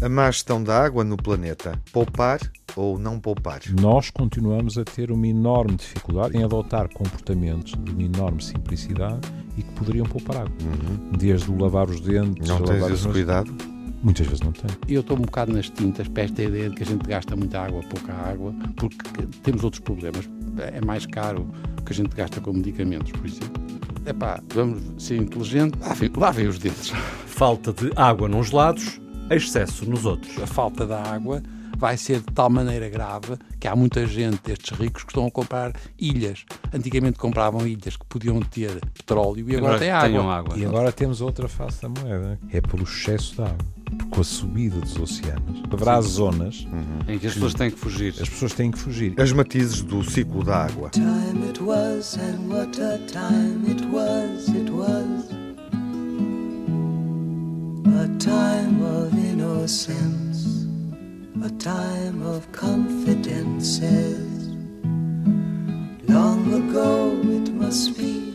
A má gestão da água no planeta. Poupar ou não poupar? Nós continuamos a ter uma enorme dificuldade em adotar comportamentos de uma enorme simplicidade e que poderiam poupar água. Desde o lavar os dentes... Não tens esse cuidado? Muitas vezes não tenho. Eu estou um bocado nas tintas para esta ideia de que a gente gasta muita água, pouca água, porque temos outros problemas. É mais caro o que a gente gasta com medicamentos, por exemplo. Vamos ser inteligentes, lavem os dentes. Falta de água nos lados, excesso nos outros. A falta da água vai ser de tal maneira grave que há muita gente, destes ricos, que estão a comprar ilhas. Antigamente compravam ilhas que podiam ter petróleo e agora têm água. E agora temos outra face da moeda. É pelo excesso de água. Com a subida dos oceanos, haverá zonas em que as pessoas têm que fugir. As pessoas têm que fugir. As matizes do ciclo da água. Time it was, and what a time it was, a time of innocence, a time of confidences. Long ago it must be,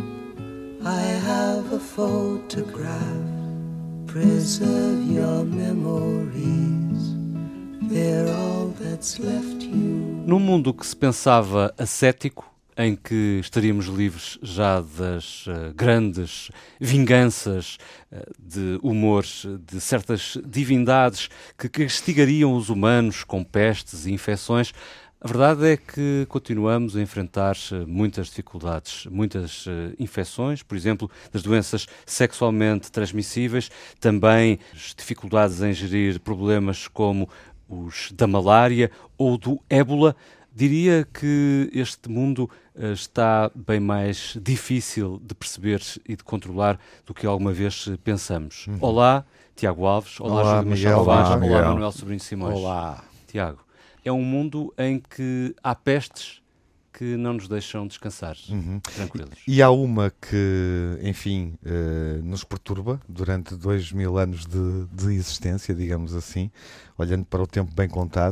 I have a photograph. Preserve your memories, they're all that's left you. Num mundo que se pensava ascético, em que estaríamos livres já das grandes vinganças de humores de certas divindades que castigariam os humanos com pestes e infecções, a verdade é que continuamos a enfrentar muitas dificuldades, muitas infecções, por exemplo, das doenças sexualmente transmissíveis, também as dificuldades em gerir problemas como os da malária ou do ébola. Diria que este mundo está bem mais difícil de perceber e de controlar do que alguma vez pensamos. Olá, Tiago Alves. Olá, Júlio Machado Vaz. Olá, Manuel Sobrinho Simões. Olá. Tiago. É um mundo em que há pestes que não nos deixam descansar, tranquilos. E há uma que, enfim, nos perturba durante 2000 anos de existência, digamos assim, olhando para o tempo bem contado,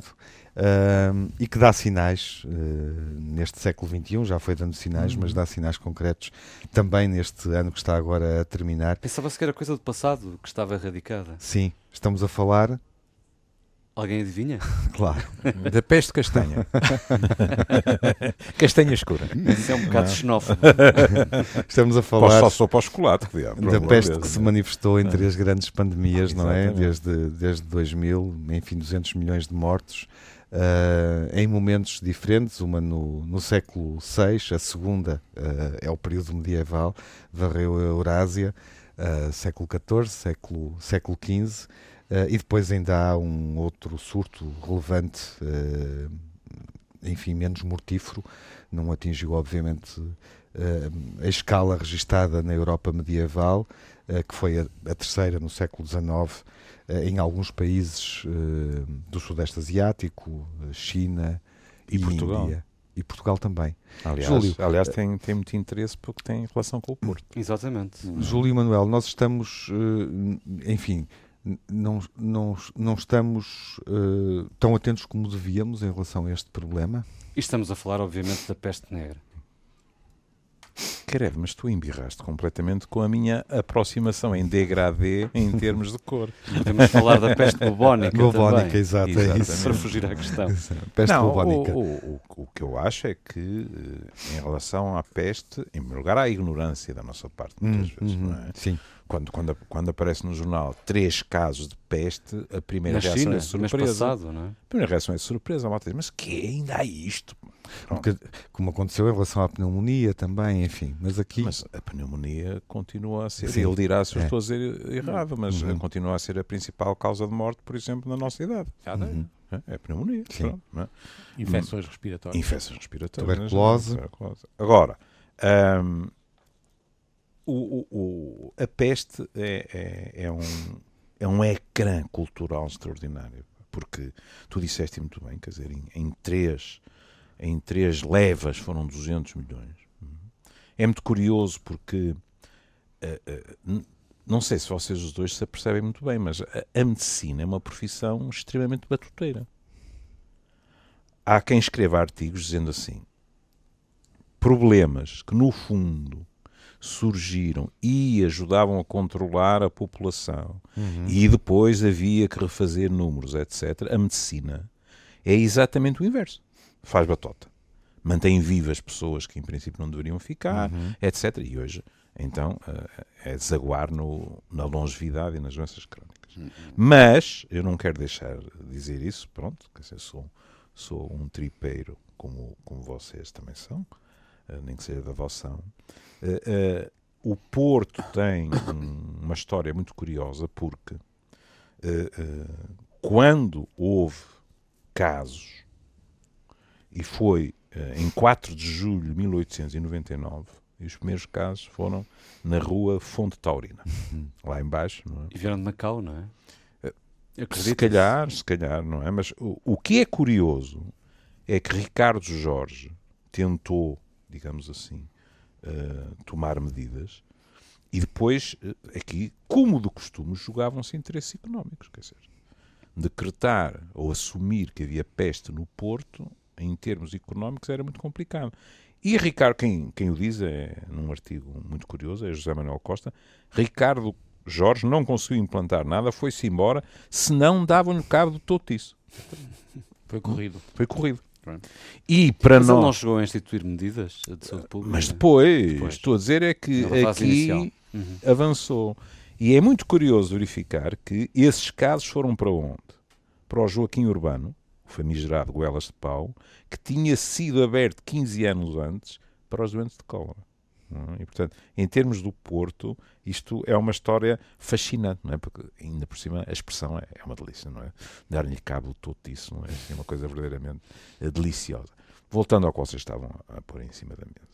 e que dá sinais neste século XXI, já foi dando sinais, mas dá sinais concretos também neste ano que está agora a terminar. Pensava-se que era coisa do passado que estava erradicada. Sim, estamos a falar... Alguém adivinha? Claro. Da peste castanha. Castanha escura. Isso é um bocado xenófobo. Estamos a falar Só sou para o chocolate. Da peste que se manifestou em 3 grandes pandemias, não é? Exatamente. Desde 2000, enfim, 200 milhões de mortos, em momentos diferentes, uma no século VI, a segunda é o período medieval, varreu a Eurásia, século XIV, século XV, e depois ainda há um outro surto relevante, enfim, menos mortífero, não atingiu obviamente a escala registada na Europa medieval, que foi a terceira no século XIX, em alguns países do Sudeste Asiático, China e Portugal. Índia. E Portugal também. Aliás, tem muito interesse porque tem relação com o Porto. Exatamente. Júlio e Manuel, nós estamos, enfim... Não estamos tão atentos como devíamos em relação a este problema? E estamos a falar, obviamente, da peste negra. Credo, mas tu embirraste completamente com a minha aproximação em degradê em termos de cor. Podemos falar da peste bubónica também. Exato, é isso. Para fugir à questão. Peste bubónica. O que eu acho é que, em relação à peste, em primeiro lugar, há a ignorância da nossa parte, muitas vezes, não é? Sim. Quando aparece no jornal 3 casos de peste, a primeira Na reação China, é surpresa. mês passado, não é? A primeira reação é surpresa. A malta diz, mas que ainda há isto? Porque, como aconteceu em relação à pneumonia também, enfim. Mas aqui... Mas a pneumonia continua a ser, Sim. ele dirá se eu estou a dizer errado, mas continua a ser a principal causa de morte, por exemplo, na nossa idade. É a pneumonia. Sim. Pronto, não é? Infecções respiratórias. Infecções respiratórias. Tuberculose. Agora, a peste é um ecrã cultural extraordinário, porque tu disseste muito bem, quer dizer, em três levas foram 200 milhões. É muito curioso porque, não sei se vocês os dois se apercebem muito bem, mas a medicina é uma profissão extremamente batuteira. Há quem escreva artigos dizendo assim, problemas que no fundo surgiram e ajudavam a controlar a população, e depois havia que refazer números, etc., a medicina é exatamente o inverso. Faz batota. Mantém vivas pessoas que em princípio não deveriam ficar, etc. E hoje, então, é desaguar na longevidade e nas doenças crónicas. Mas, eu não quero deixar de dizer isso, pronto, quer dizer, sou um tripeiro como vocês também são, nem que seja da voção. O Porto tem uma história muito curiosa porque quando houve casos, e foi em 4 de julho de 1899, e os primeiros casos foram na rua Fonte Taurina, lá embaixo. Não é? E vieram de Macau, não é? Se calhar, não é? Mas o que é curioso é que Ricardo Jorge tentou, digamos assim, tomar medidas, e depois, aqui, como de costume, jogavam-se interesses económicos, quer dizer, decretar ou assumir que havia peste no Porto, em termos económicos, era muito complicado. E Ricardo, quem o diz, num artigo muito curioso, é José Manuel Costa, Ricardo Jorge não conseguiu implantar nada, foi-se embora, senão davam-lhe cabo de todo isso. Foi corrido. Foi corrido. Pronto. E para Mas nós... ele não chegou a instituir medidas de saúde pública? Mas depois, estou a dizer é que aqui avançou. E é muito curioso verificar que esses casos foram para onde? Para o Joaquim Urbano, o famigerado Goelas de Pau, que tinha sido aberto 15 anos antes para os doentes de cólera. E, portanto, em termos do Porto, isto é uma história fascinante, não é? Porque, ainda por cima, a expressão é uma delícia, não é? Dar-lhe cabo todo isso, não é? É uma coisa verdadeiramente deliciosa. Voltando ao que vocês estavam a pôr em cima da mesa.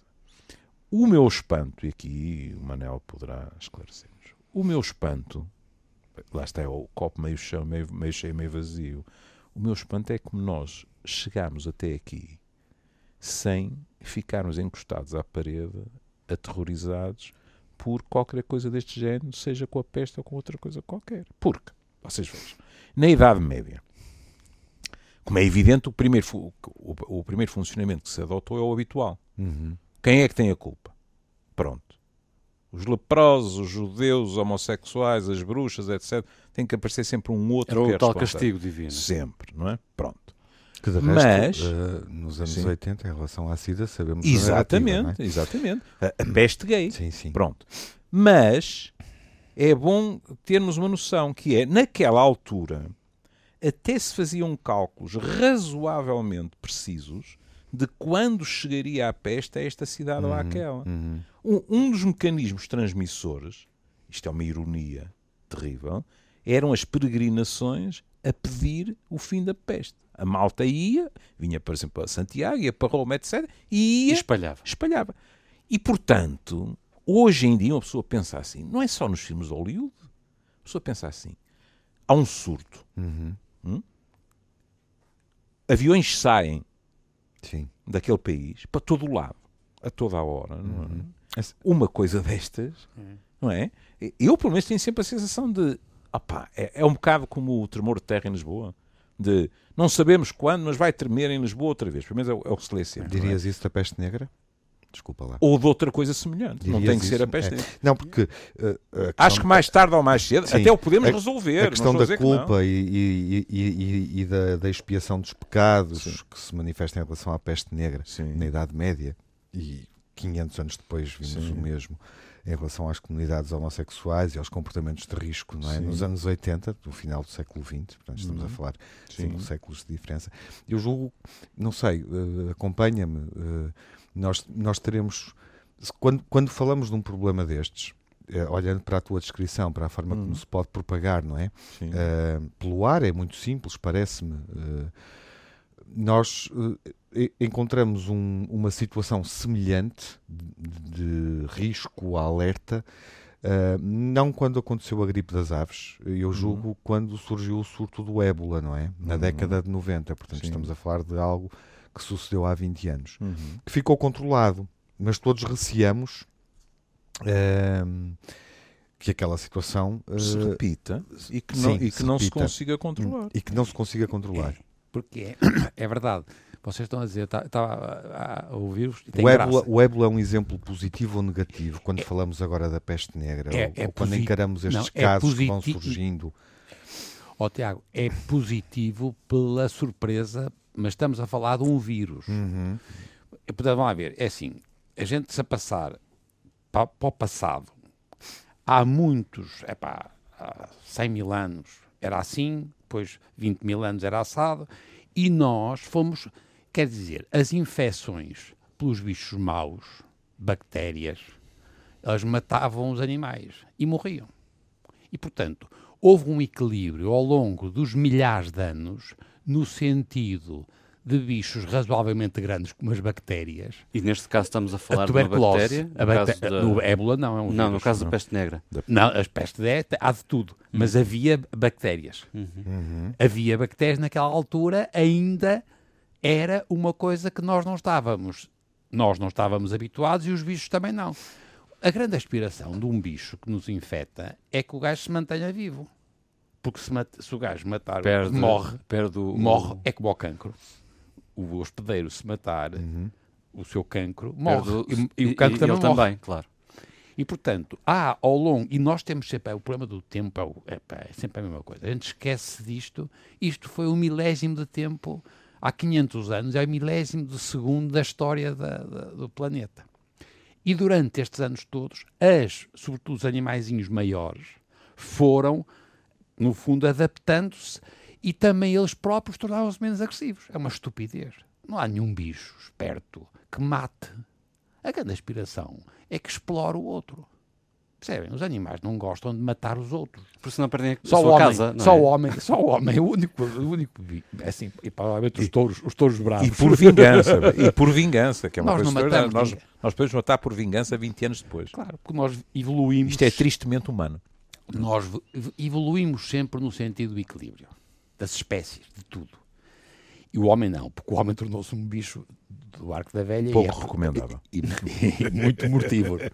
O meu espanto, e aqui o Manel poderá esclarecer-nos, o meu espanto, lá está, é o copo meio cheio, meio vazio, o meu espanto é como nós chegámos até aqui sem ficarmos encostados à parede, aterrorizados por qualquer coisa deste género, seja com a peste ou com outra coisa qualquer. Porque, vocês vejam, na Idade Média, como é evidente, o primeiro funcionamento que se adotou é o habitual. Quem é que tem a culpa? Pronto. Os leprosos, os judeus, os homossexuais, as bruxas, etc. Tem que aparecer sempre um outro que é Era o tal responsável. castigo divino. Sempre, não é? Pronto. Que de resto, nos anos 80, em relação à SIDA, sabemos exatamente, não é? exatamente. A peste gay. Sim. Pronto. Mas é bom termos uma noção que é, naquela altura, até se faziam cálculos razoavelmente precisos de quando chegaria a peste a esta cidade ou àquela. Um dos mecanismos transmissores, isto é uma ironia terrível, eram as peregrinações a pedir o fim da peste. A malta vinha, por exemplo, a Santiago, ia para Roma, etc. E ia, espalhava. E, portanto, hoje em dia uma pessoa pensa assim, não é só nos filmes de Hollywood, a pessoa pensa assim, há um surto. Aviões saem daquele país para todo o lado, a toda a hora. Não é? Uma coisa destas, não é? Eu, pelo menos, tenho sempre a sensação de é um bocado como o tremor de terra em Lisboa, de não sabemos quando, mas vai tremer em Lisboa outra vez. Pelo menos é o que se lê sempre. Dirias isso da peste negra? Desculpa lá. Ou de outra coisa semelhante. Dirias não tem que isso? ser a peste negra. Não, porque... acho que mais tarde ou mais cedo, Sim, até o podemos resolver. A questão da culpa que e da expiação dos pecados que se manifestam em relação à peste negra na Idade Média, e 500 anos depois vimos o mesmo em relação às comunidades homossexuais e aos comportamentos de risco, não é? Nos anos 80, no final do século XX, portanto estamos a falar de 5 séculos de diferença. Eu julgo, não sei, acompanha-me, nós teremos, quando falamos de um problema destes, olhando para a tua descrição, para a forma como se pode propagar, não é? Pelo ar é muito simples, parece-me. Nós encontramos uma situação semelhante de risco, alerta, não quando aconteceu a gripe das aves, eu julgo quando surgiu o surto do ébola, não é? Na década de 90, portanto estamos a falar de algo que sucedeu há 20 anos, que ficou controlado, mas todos receamos que aquela situação se repita e que não se consiga controlar. E que não se consiga controlar. Porque é verdade. Vocês estão a dizer, estava a ouvir-vos e tem O graça. ébola, o ébola é um exemplo positivo ou negativo quando falamos agora da peste negra? Ou quando encaramos estes casos que vão surgindo? Ó Tiago, é positivo pela surpresa, mas estamos a falar de um vírus. Portanto, vamos lá ver, é assim, a gente se a passar para o passado, há muitos, há 100 mil anos era assim, depois 20 mil anos era assado, e nós fomos, quer dizer, as infecções pelos bichos maus, bactérias, elas matavam os animais e morriam. E, portanto, houve um equilíbrio ao longo dos milhares de anos no sentido de bichos razoavelmente grandes como as bactérias. E neste caso estamos a falar de uma bactéria? No ébola não, é um vírus. Não, no caso da peste negra. Não, as pestes negra há de tudo, mas havia bactérias. Havia bactérias naquela altura, ainda era uma coisa que nós não estávamos habituados e os bichos também não. A grande aspiração de um bicho que nos infecta é que o gajo se mantenha vivo. Porque se o gajo matar, morre, é como o cancro. O hospedeiro se matar, o seu cancro morre. E o cancro também morre. Também, claro. E, portanto, ao longo... E nós temos sempre... O problema do tempo é sempre a mesma coisa. A gente esquece disto. Isto foi um milésimo de tempo, há 500 anos, é o milésimo de segundo da história do planeta. E durante estes anos todos, sobretudo os animaizinhos maiores, foram, no fundo, adaptando-se e também eles próprios tornavam-se menos agressivos. É uma estupidez. Não há nenhum bicho esperto que mate. A grande aspiração é que explore o outro. Percebem? Os animais não gostam de matar os outros. Por isso não perdem a sua casa. Só o homem é o único assim, e provavelmente os touros bravos. E por vingança, que é uma coisa que nós podemos matar por vingança 20 anos depois. Claro, porque nós evoluímos. Isto é tristemente humano. Nós evoluímos sempre no sentido do equilíbrio das espécies, de tudo. E o homem não, porque o homem tornou-se um bicho do arco da velha. Pouco recomendável. E muito mortívoro.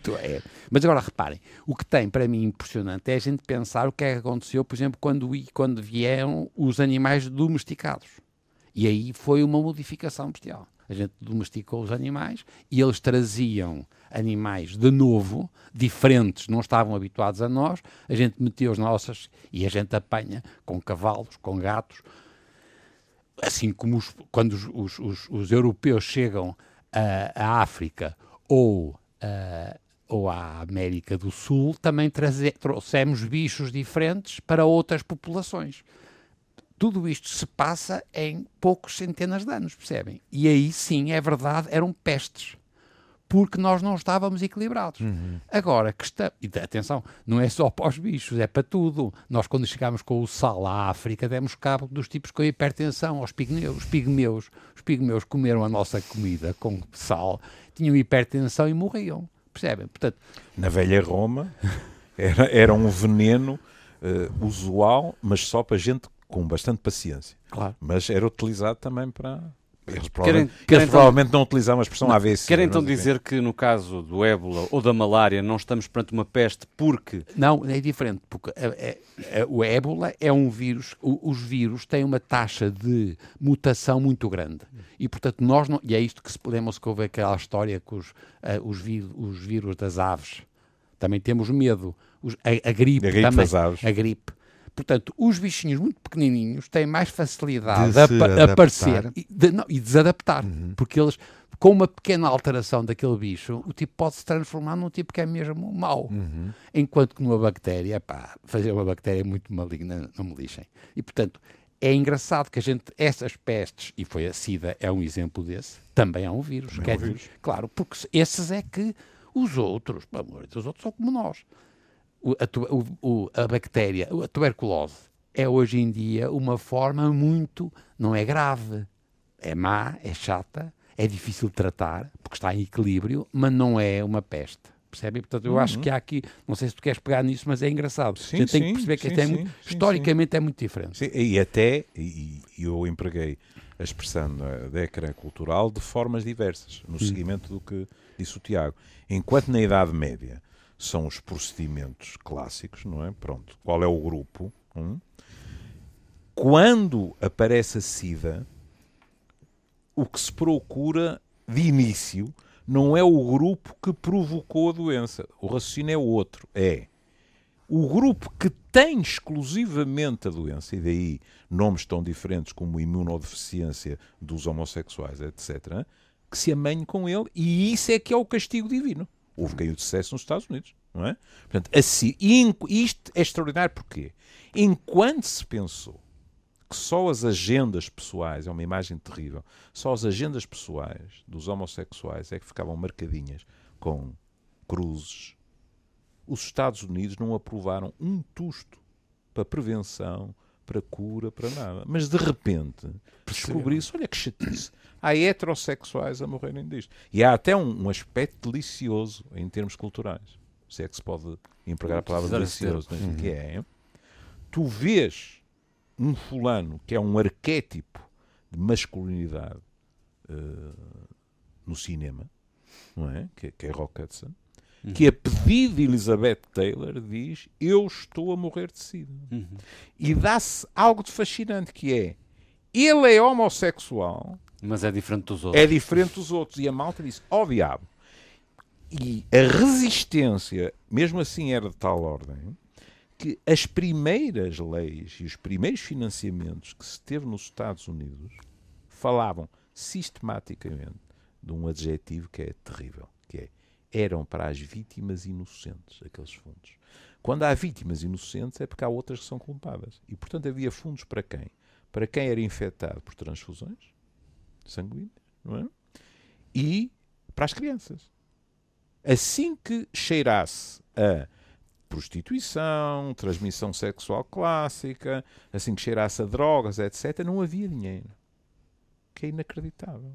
Mas agora reparem, o que tem para mim impressionante é a gente pensar o que é que aconteceu, por exemplo, quando vieram os animais domesticados. E aí foi uma modificação bestial. A gente domesticou os animais e eles traziam animais de novo, diferentes, não estavam habituados a nós, a gente meteu-os nossas e a gente apanha com cavalos, com gatos, assim como quando os europeus chegam à África ou à América do Sul, também trouxemos bichos diferentes para outras populações. Tudo isto se passa em poucos centenas de anos, percebem? E aí sim, é verdade, eram pestes, porque nós não estávamos equilibrados. Agora, atenção, não é só para os bichos, é para tudo. Nós, quando chegámos com o sal à África, demos cabo dos tipos com hipertensão, aos pigmeus. Os pigmeus comeram a nossa comida com sal, tinham hipertensão e morriam, percebem? Portanto, na velha Roma era um veneno usual, mas só para gente com bastante paciência. Claro. Mas era utilizado também para... Eles provavelmente não utilizavam a expressão AVC. Querem então dizer que no caso do ébola ou da malária não estamos perante uma peste porque... Não, é diferente, porque o ébola é um vírus, os vírus têm uma taxa de mutação muito grande. E, portanto, nós não... E é isto que lembram-se que houve aquela história com os vírus das aves. Também temos medo. A gripe também. Das aves. A gripe. Portanto, os bichinhos muito pequenininhos têm mais facilidade de aparecer e desadaptar. Porque eles, com uma pequena alteração daquele bicho, o tipo pode se transformar num tipo que é mesmo mau. Enquanto que numa bactéria, fazer uma bactéria muito maligna, não me lixem. E, portanto, é engraçado que essas pestes, e foi a SIDA, é um exemplo desse, também é um vírus. Claro, porque esses é que os outros, pelo amor de Deus, os outros são como nós. A bactéria, a tuberculose, é hoje em dia uma forma muito... Não é grave, é má, é chata, é difícil de tratar, porque está em equilíbrio, mas não é uma peste. Percebe? Portanto, eu acho que há aqui... Não sei se tu queres pegar nisso, mas é engraçado. A gente tem que perceber que historicamente é muito diferente. Sim, e eu empreguei a expressão da ecrã cultural de formas diversas, no seguimento do que disse o Tiago. Enquanto na Idade Média são os procedimentos clássicos, não é? Pronto, qual é o grupo? Quando aparece a SIDA, o que se procura de início não é o grupo que provocou a doença. O raciocínio é outro. É o grupo que tem exclusivamente a doença, e daí nomes tão diferentes como imunodeficiência dos homossexuais, etc., que se amanhe com ele, e isso é que é o castigo divino. Houve quem o dissesse nos Estados Unidos, não é? Portanto, assim, isto é extraordinário porque, enquanto se pensou que só as agendas pessoais, é uma imagem terrível, só as agendas pessoais dos homossexuais é que ficavam marcadinhas com cruzes, os Estados Unidos não aprovaram um tusto para prevenção, para cura, para nada. Mas de repente descobri-se, olha que chatice, há heterossexuais a morrerem disto. E há até um aspecto delicioso em termos culturais, se é que se pode empregar a palavra delicioso, não é? Que é, tu vês um fulano que é um arquétipo de masculinidade no cinema, não é? Que é Rock Hudson, que a pedido de Elizabeth Taylor diz: eu estou a morrer de sida. E dá-se algo de fascinante, que é, ele é homossexual, mas é diferente dos outros. É diferente dos outros. E a malta disse: ó diabo. E a resistência, mesmo assim, era de tal ordem que as primeiras leis e os primeiros financiamentos que se teve nos Estados Unidos falavam sistematicamente de um adjetivo que é terrível, que é: eram para as vítimas inocentes, aqueles fundos. Quando há vítimas inocentes é porque há outras que são culpadas. E, portanto, havia fundos para quem? Para quem era infectado por transfusões sanguíneas, não é? E para as crianças. Assim que cheirasse a prostituição, transmissão sexual clássica, assim que cheirasse a drogas, etc., não havia dinheiro. Que é inacreditável.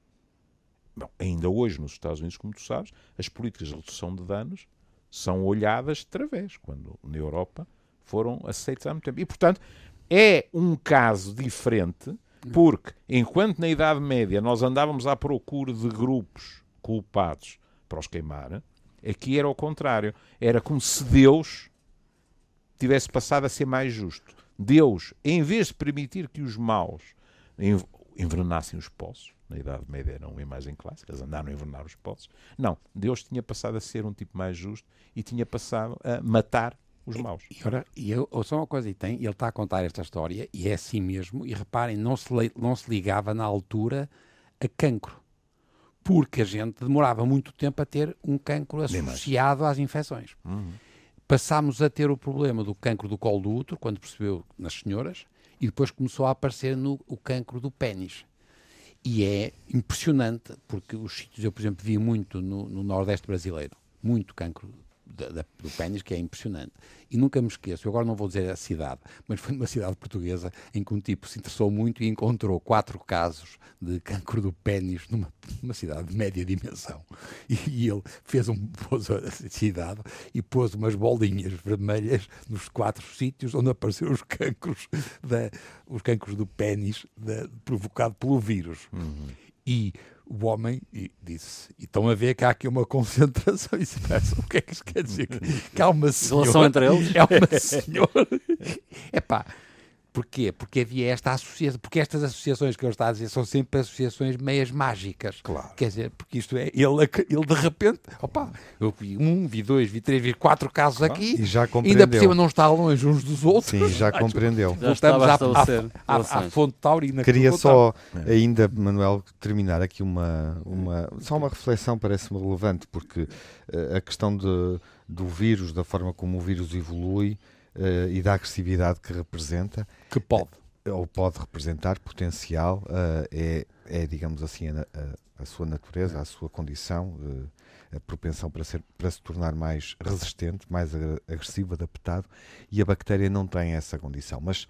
Bom, ainda hoje nos Estados Unidos, como tu sabes, as políticas de redução de danos são olhadas de través, quando na Europa foram aceitas há muito tempo. E, portanto, é um caso diferente, porque enquanto na Idade Média nós andávamos à procura de grupos culpados para os queimar, aqui era o contrário. Era como se Deus tivesse passado a ser mais justo. Deus, em vez de permitir que os maus envenenassem os poços, na Idade Média era uma imagem clássica, eles andaram a envenenar os poços. Não, Deus tinha passado a ser um tipo mais justo e tinha passado a matar os maus. E ouçam uma coisa, ele está a contar esta história, e é assim mesmo, e reparem, não se ligava na altura a cancro, porque a gente demorava muito tempo a ter um cancro associado às infecções. Passámos a ter o problema do cancro do colo do útero, quando percebeu nas senhoras, e depois começou a aparecer o cancro do pénis. E é impressionante, porque os sítios, eu, por exemplo, vi muito no Nordeste brasileiro, muito cancro do pénis, que é impressionante. E nunca me esqueço, eu agora não vou dizer a cidade, mas foi numa cidade portuguesa em que um tipo se interessou muito e encontrou 4 casos de cancro do pénis numa cidade de média dimensão. E ele pôs a cidade e pôs umas bolinhas vermelhas nos 4 sítios onde apareceram os cancros do pénis provocado pelo vírus. E o homem disse: e estão a ver que há aqui uma concentração. E disse: o que é que isso quer dizer? Que há uma senhora... Relação entre eles? É uma senhora... Epá, porquê? Porque havia esta associação, porque estas associações que ele está a dizer são sempre associações meias mágicas. Claro. Quer dizer, porque isto é, ele de repente, eu vi 1, vi 2, vi 3, vi 4 casos aqui, e já compreendeu. Ainda por cima não está longe uns dos outros. Sim, já compreendeu. Voltamos à fonte taurina. Queria só ainda, Manuel, terminar aqui só uma reflexão, parece-me relevante, porque a questão do vírus, da forma como o vírus evolui, e da agressividade que representa, que pode representar, potencial, é digamos assim, a sua natureza, a sua condição, a propensão para se tornar mais resistente, mais agressivo, adaptado, e a bactéria não tem essa condição. Mas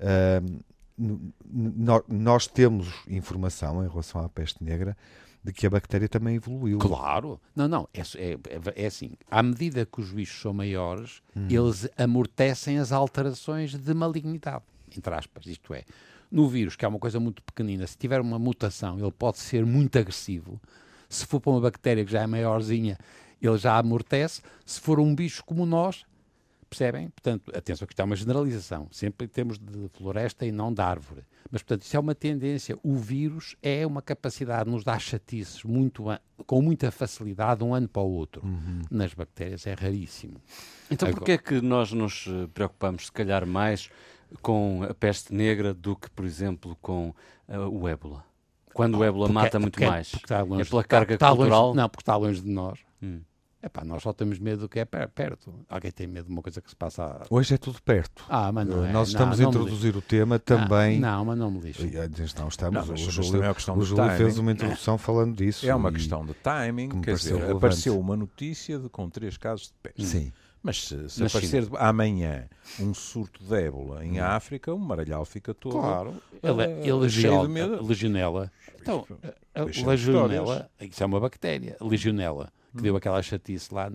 nós temos informação em relação à peste negra de que a bactéria também evoluiu. Claro. Não. É assim. À medida que os bichos são maiores, eles amortecem as alterações de malignidade, entre aspas. Isto é, no vírus, que é uma coisa muito pequenina, se tiver uma mutação, ele pode ser muito agressivo. Se for para uma bactéria que já é maiorzinha, ele já amortece. Se for um bicho como nós, Percebem? Portanto, atenção que isto é uma generalização, sempre em termos de floresta e não de árvore. Mas, portanto, isso é uma tendência. O vírus é uma capacidade de nos dar chatices com muita facilidade de um ano para o outro. Nas bactérias é raríssimo. Então, porquê é que nós nos preocupamos, se calhar, mais com a peste negra do que, por exemplo, com o ébola? Quando o ébola mata muito mais? Porque está longe, é pela carga cultural? Longe, não, porque está longe de nós. Epá, nós só temos medo do que é perto. Alguém tem medo de uma coisa que se passa... Hoje é tudo perto. Mas não é. Nós estamos a introduzir o tema também... Não, mas não me lixe. Não estamos. Não, O Júlio fez uma introdução falando disso. É uma questão de timing. Quer dizer, apareceu uma notícia com 3 casos de peste. Sim. Mas se aparecer amanhã um surto de ébola em África, o Maralhau fica todo... Claro. cheio de medo. A legionela. Então, a legionela, isso é uma bactéria. A legionela, que deu aquela chatice lá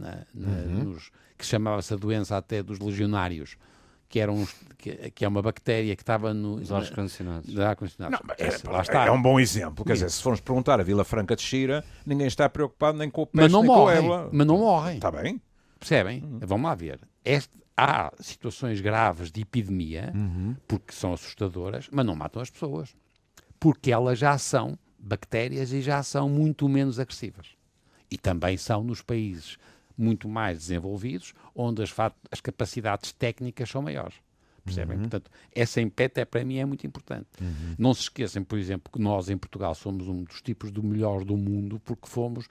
que chamava-se a doença até dos legionários, que é uma bactéria que estava nos ar-condicionados. Lá está. É um bom exemplo. Quer dizer, se formos perguntar a Vila Franca de Xira, ninguém está preocupado nem com o peste, nem com a ébola. Mas não morrem. Está bem? Percebem? Vamos lá ver. Há situações graves de epidemia, porque são assustadoras, mas não matam as pessoas. Porque elas já são bactérias e já são muito menos agressivas. E também são nos países muito mais desenvolvidos, onde as capacidades técnicas são maiores. Percebem? Portanto, essa empete para mim é muito importante. Não se esqueçam, por exemplo, que nós em Portugal somos um dos tipos do melhor do mundo, porque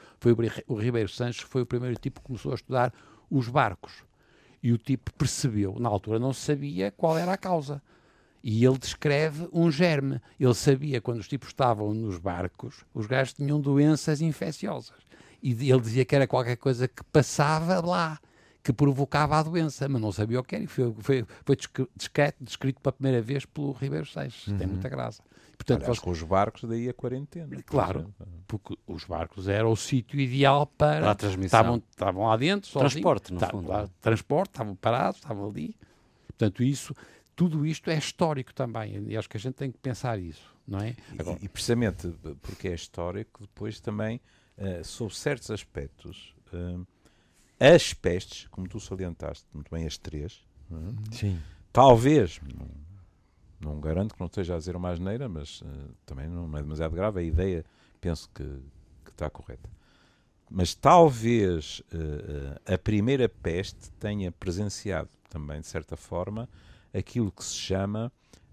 o Ribeiro Sanches foi o primeiro tipo que começou a estudar os barcos. E o tipo percebeu, na altura não sabia qual era a causa. E ele descreve um germe. Ele sabia, quando os tipos estavam nos barcos, os gajos tinham doenças infecciosas. E ele dizia que era qualquer coisa que passava lá, que provocava a doença, mas não sabia o que era. E foi descrito pela primeira vez pelo Ribeiro Sanches. Tem muita graça. Portanto, aliás, com os barcos, daí a quarentena. Claro, porque os barcos eram o sítio ideal para a transmissão. Estavam lá dentro, transporte, no fundo. Transporte, estavam parados, estavam ali. Portanto, tudo isto é histórico também, e acho que a gente tem que pensar isso, não é? Agora, e precisamente porque é histórico, depois também, sob certos aspectos, as pestes, como tu salientaste muito bem, as 3, Sim. Talvez, não garanto que não esteja a dizer uma asneira, mas também não é demasiado grave, a ideia penso que está correta. Mas talvez a primeira peste tenha presenciado também, de certa forma, aquilo que se chama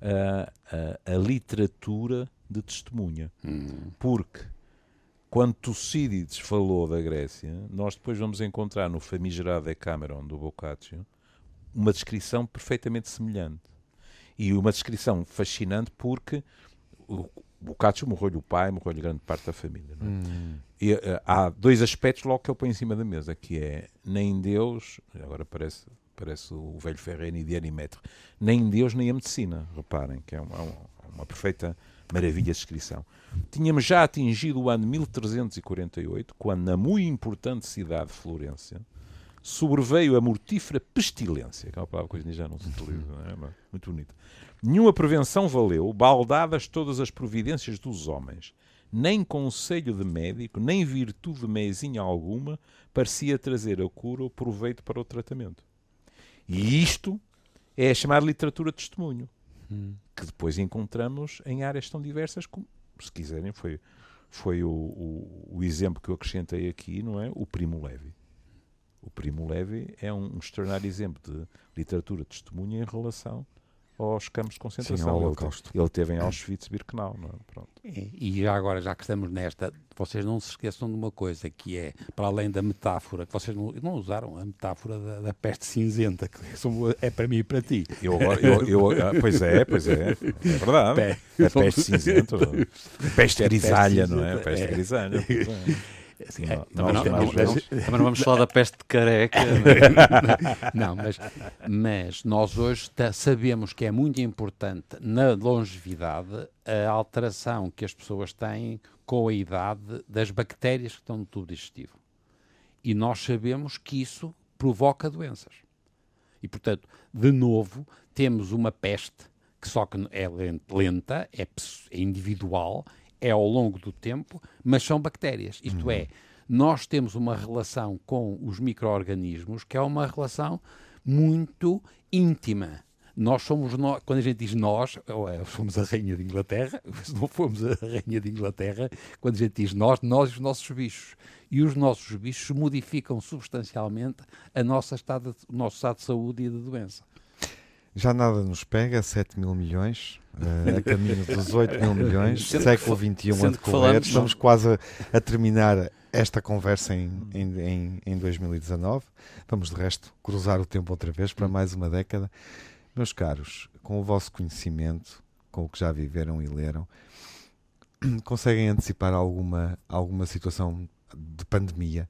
a literatura de testemunha. Porque, quando Tucídides falou da Grécia, nós depois vamos encontrar no famigerado Decameron do Boccaccio uma descrição perfeitamente semelhante. E uma descrição fascinante porque o Boccaccio morreu-lhe o pai, morreu-lhe grande parte da família. Não é? E há 2 aspectos logo que ele põe em cima da mesa, que é nem Deus, agora parece o velho Ferreni de Animetre, nem Deus nem a medicina, reparem, que é uma perfeita maravilha de descrição. Tínhamos já atingido o ano 1348, quando na muito importante cidade de Florença sobreveio a mortífera pestilência, que é uma palavra que hoje já não se utiliza, não é? Muito bonito. Nenhuma prevenção valeu, baldadas todas as providências dos homens, nem conselho de médico, nem virtude de mezinha alguma parecia trazer a cura ou proveito para o tratamento. E isto é a chamada literatura de testemunho, que depois encontramos em áreas tão diversas como, se quiserem, foi o exemplo que eu acrescentei aqui, não é? O Primo Levi. O Primo Levi é um extraordinário exemplo de literatura de testemunha em relação aos campos de concentração. Sim, ao Holocausto. Ele teve em Auschwitz-Birkenau. Pronto. E já agora, já que estamos nesta, vocês não se esqueçam de uma coisa, que é, para além da metáfora, que vocês não usaram a metáfora da peste cinzenta, que é para mim e para ti. Pois é verdade. A peste cinzenta, a peste grisalha, não é? A peste grisalha. Assim, também não vamos falar da peste de careca. Não, mas nós hoje sabemos que é muito importante na longevidade a alteração que as pessoas têm com a idade das bactérias que estão no tubo digestivo. E nós sabemos que isso provoca doenças. E, portanto, de novo, temos uma peste que só que é lenta, é individual, é ao longo do tempo, mas são bactérias. Isto é, nós temos uma relação com os micro-organismos que é uma relação muito íntima. Nós somos, quando a gente diz nós, fomos a Rainha de Inglaterra, se não fomos a Rainha de Inglaterra, quando a gente diz nós e os nossos bichos. E os nossos bichos modificam substancialmente o nosso estado de saúde e de doença. Já nada nos pega, 7 mil milhões, a caminho dos 8 mil milhões, século XXI a decorrer. Estamos quase a terminar esta conversa em 2019. Vamos, de resto, cruzar o tempo outra vez para mais uma década. Meus caros, com o vosso conhecimento, com o que já viveram e leram, conseguem antecipar alguma situação de pandemia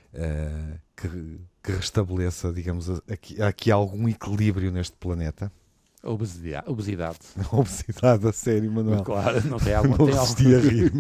que restabeleça, digamos, aqui algum equilíbrio neste planeta? A obesidade. A obesidade, a sério, Manuel. Claro, não tem alguma... Não resisti a rir.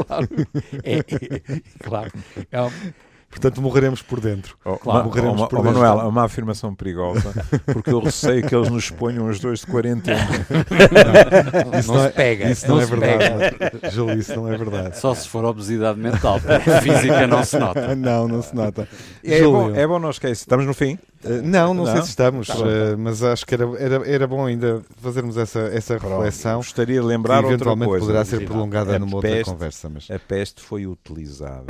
Claro. Portanto, morreremos por dentro. Claro. Manuel, é uma afirmação perigosa, porque eu receio que eles nos ponham os dois de quarentena. Não se pega. Isso não é verdade. Júlio, isso não é verdade. Só se for obesidade mental, porque física não se nota. Não se nota. É bom não esquecer. Estamos no fim? Não sei se estamos, mas acho que era bom ainda fazermos essa reflexão. Gostaria de lembrar que outra eventualmente coisa. Poderá ser prolongada numa outra conversa. Mas... A peste foi utilizada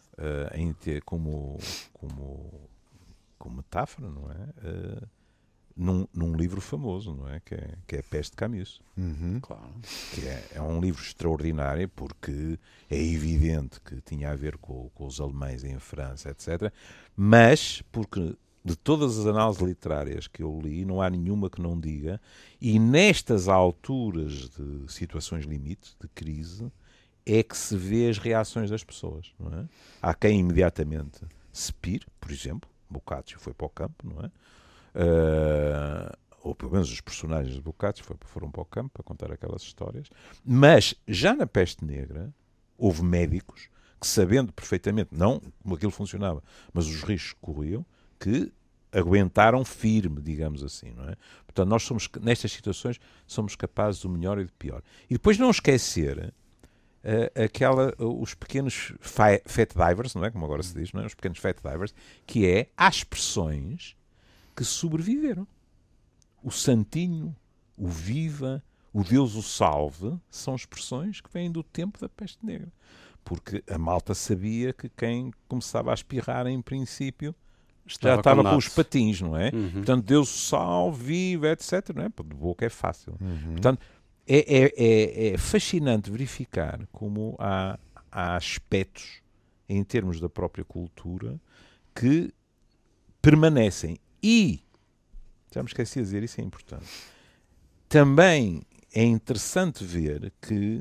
como metáfora, não é? Num livro famoso, não é? Que é A Peste de Camus. Claro. Que é um livro extraordinário, porque é evidente que tinha a ver com os alemães em França, etc. Mas porque de todas as análises literárias que eu li, não há nenhuma que não diga, e nestas alturas de situações limites, de crise, é que se vê as reações das pessoas, não é? Há quem imediatamente se pire, por exemplo, Boccaccio foi para o campo, não é? Ou pelo menos os personagens de Boccaccio foram para o campo para contar aquelas histórias, mas já na Peste Negra houve médicos que, sabendo perfeitamente, não como aquilo funcionava, mas os riscos que corriam, que aguentaram firme, digamos assim, não é? Portanto, nós nestas situações somos capazes do melhor e do pior. E depois não esquecer os pequenos fat divers, não é? Como agora se diz, não é? Os pequenos fat divers, que há expressões que sobreviveram. O santinho, o viva, o Deus o salve, são expressões que vêm do tempo da Peste Negra. Porque a malta sabia que quem começava a espirrar, em princípio, já estava com os patins, não é? Portanto, Deus o salve, viva, etc. Não é? De boca é fácil. Portanto, é fascinante verificar como há aspectos, em termos da própria cultura, que permanecem. E, já me esqueci de dizer, isso é importante, também é interessante ver que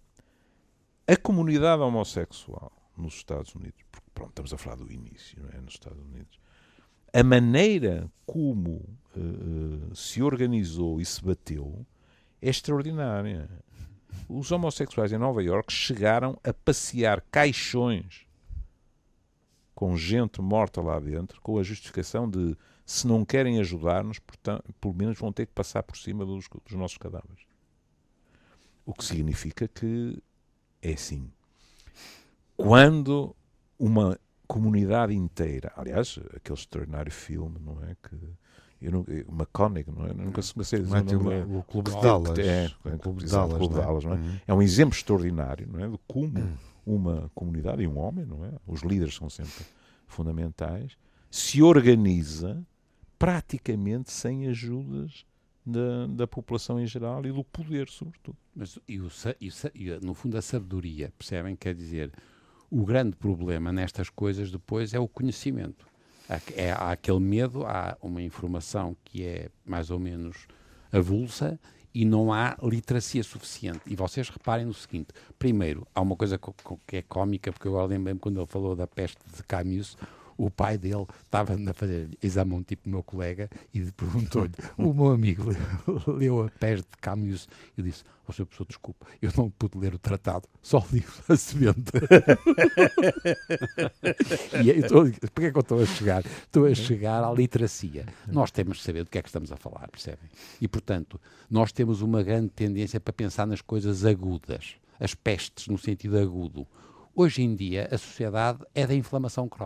a comunidade homossexual nos Estados Unidos, porque pronto, estamos a falar do início, não é? Nos Estados Unidos, a maneira como se organizou e se bateu é extraordinária. Os homossexuais em Nova Iorque chegaram a passear caixões com gente morta lá dentro, com a justificação de, se não querem ajudar-nos, portanto, pelo menos vão ter que passar por cima dos nossos cadáveres. O que significa que é assim. Quando uma comunidade inteira, aliás, aquele extraordinário filme, não é? McConaughey, não é? Nunca sei dizer o Clube de Dallas. O Clube de Dallas, não é? É um exemplo extraordinário, não é? De como uma comunidade, e um homem, não é? Os líderes são sempre fundamentais, se organiza praticamente sem ajudas da população em geral e do poder, sobretudo. Mas no fundo a sabedoria, percebem? Quer dizer, o grande problema nestas coisas depois é o conhecimento. Há aquele medo, há uma informação que é mais ou menos avulsa e não há literacia suficiente. E vocês reparem no seguinte: primeiro, há uma coisa que é cómica, porque eu agora lembro-me quando ele falou da Peste de Camus, o pai dele estava a fazer exame a um tipo meu colega e perguntou-lhe, o meu amigo leu a Peste de Camus, e eu disse, Sr. Professor, desculpe, eu não pude ler o tratado, só li a semente. E porque é que eu estou a chegar? Estou a chegar à literacia. Nós temos de saber do que é que estamos a falar, percebem? E, portanto, nós temos uma grande tendência para pensar nas coisas agudas, as pestes no sentido agudo. Hoje em dia, a sociedade é da inflamação crónica.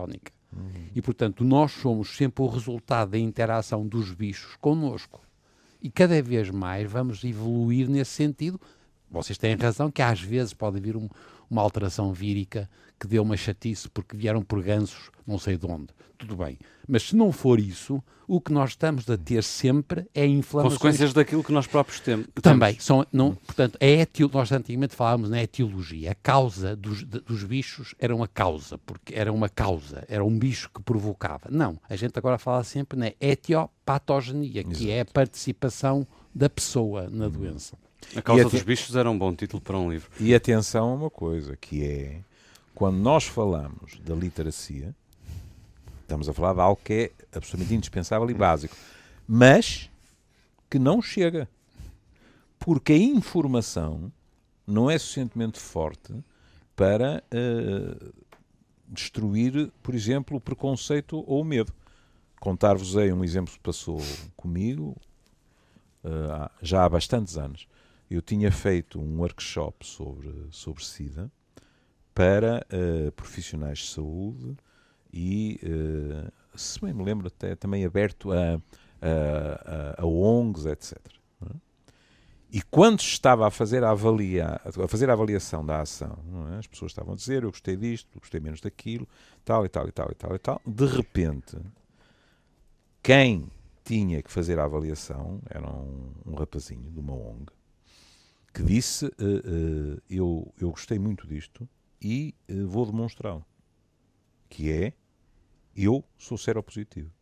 E, portanto, nós somos sempre o resultado da interação dos bichos connosco. E cada vez mais vamos evoluir nesse sentido. Vocês têm razão que às vezes pode vir uma alteração vírica que deu uma chatice porque vieram por gansos não sei de onde. Tudo bem. Mas se não for isso, o que nós estamos a ter sempre é inflamações. Consequências daquilo que nós próprios temos. Também. Portanto, nós antigamente falávamos na etiologia. A causa dos bichos era uma causa, porque era uma causa, era um bicho que provocava. Não. A gente agora fala sempre na etiopatogenia, que é a participação da pessoa na doença. A causa dos bichos era um bom título para um livro. E atenção a uma coisa, que é, quando nós falamos da literacia, estamos a falar de algo que é absolutamente indispensável e básico, mas que não chega. Porque a informação não é suficientemente forte para destruir, por exemplo, o preconceito ou o medo. Contar-vos-ei um exemplo que passou comigo já há bastantes anos. Eu tinha feito um workshop sobre SIDA para profissionais de saúde e, se bem me lembro, até também aberto a ONGs, etc. E quando estava a fazer a avaliação da ação, não é? As pessoas estavam a dizer, eu gostei disto, gostei menos daquilo, tal e tal e tal e tal e tal. De repente, quem tinha que fazer a avaliação era um rapazinho de uma ONG que disse, eu gostei muito disto e vou demonstrá-lo, que é, eu sou seropositivo.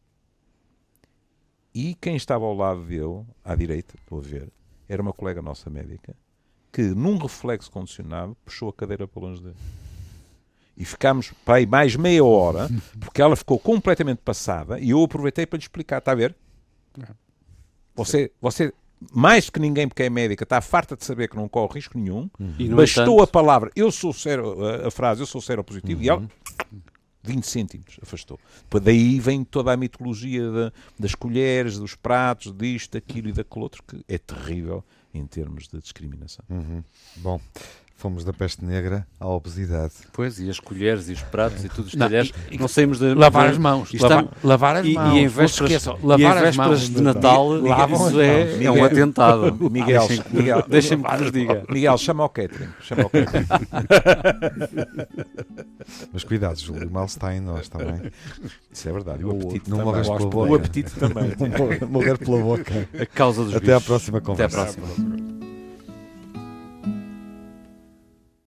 E quem estava ao lado dele, à direita, estou a ver, era uma colega nossa médica, que num reflexo condicionado puxou a cadeira para longe dele. E ficámos para aí mais meia hora, porque ela ficou completamente passada, e eu aproveitei para lhe explicar, está a ver? Você mais do que ninguém, porque é médica, está farta de saber que não corre risco nenhum, bastou a palavra, a frase, eu sou seropositivo, e ela, 20 cêntimos, afastou. Depois daí vem toda a mitologia das colheres, dos pratos, disto, daquilo e daquele outro, que é terrível em termos de discriminação. Bom, fomos da peste negra à obesidade. Pois, e as colheres e os pratos e tudo os talheres, não saímos de... Lavar as mãos. Lavar as mãos. E em vésperas de Natal, isso é um atentado. Deixem-me que vos diga. Miguel, chama ao catering. Mas cuidado, Júlio, mal está em nós também. Isso é verdade. O apetite não também. morres pela boca. O apetite também. Morrer pela boca. A causa dos Até bichos. à próxima conversa. Até à próxima.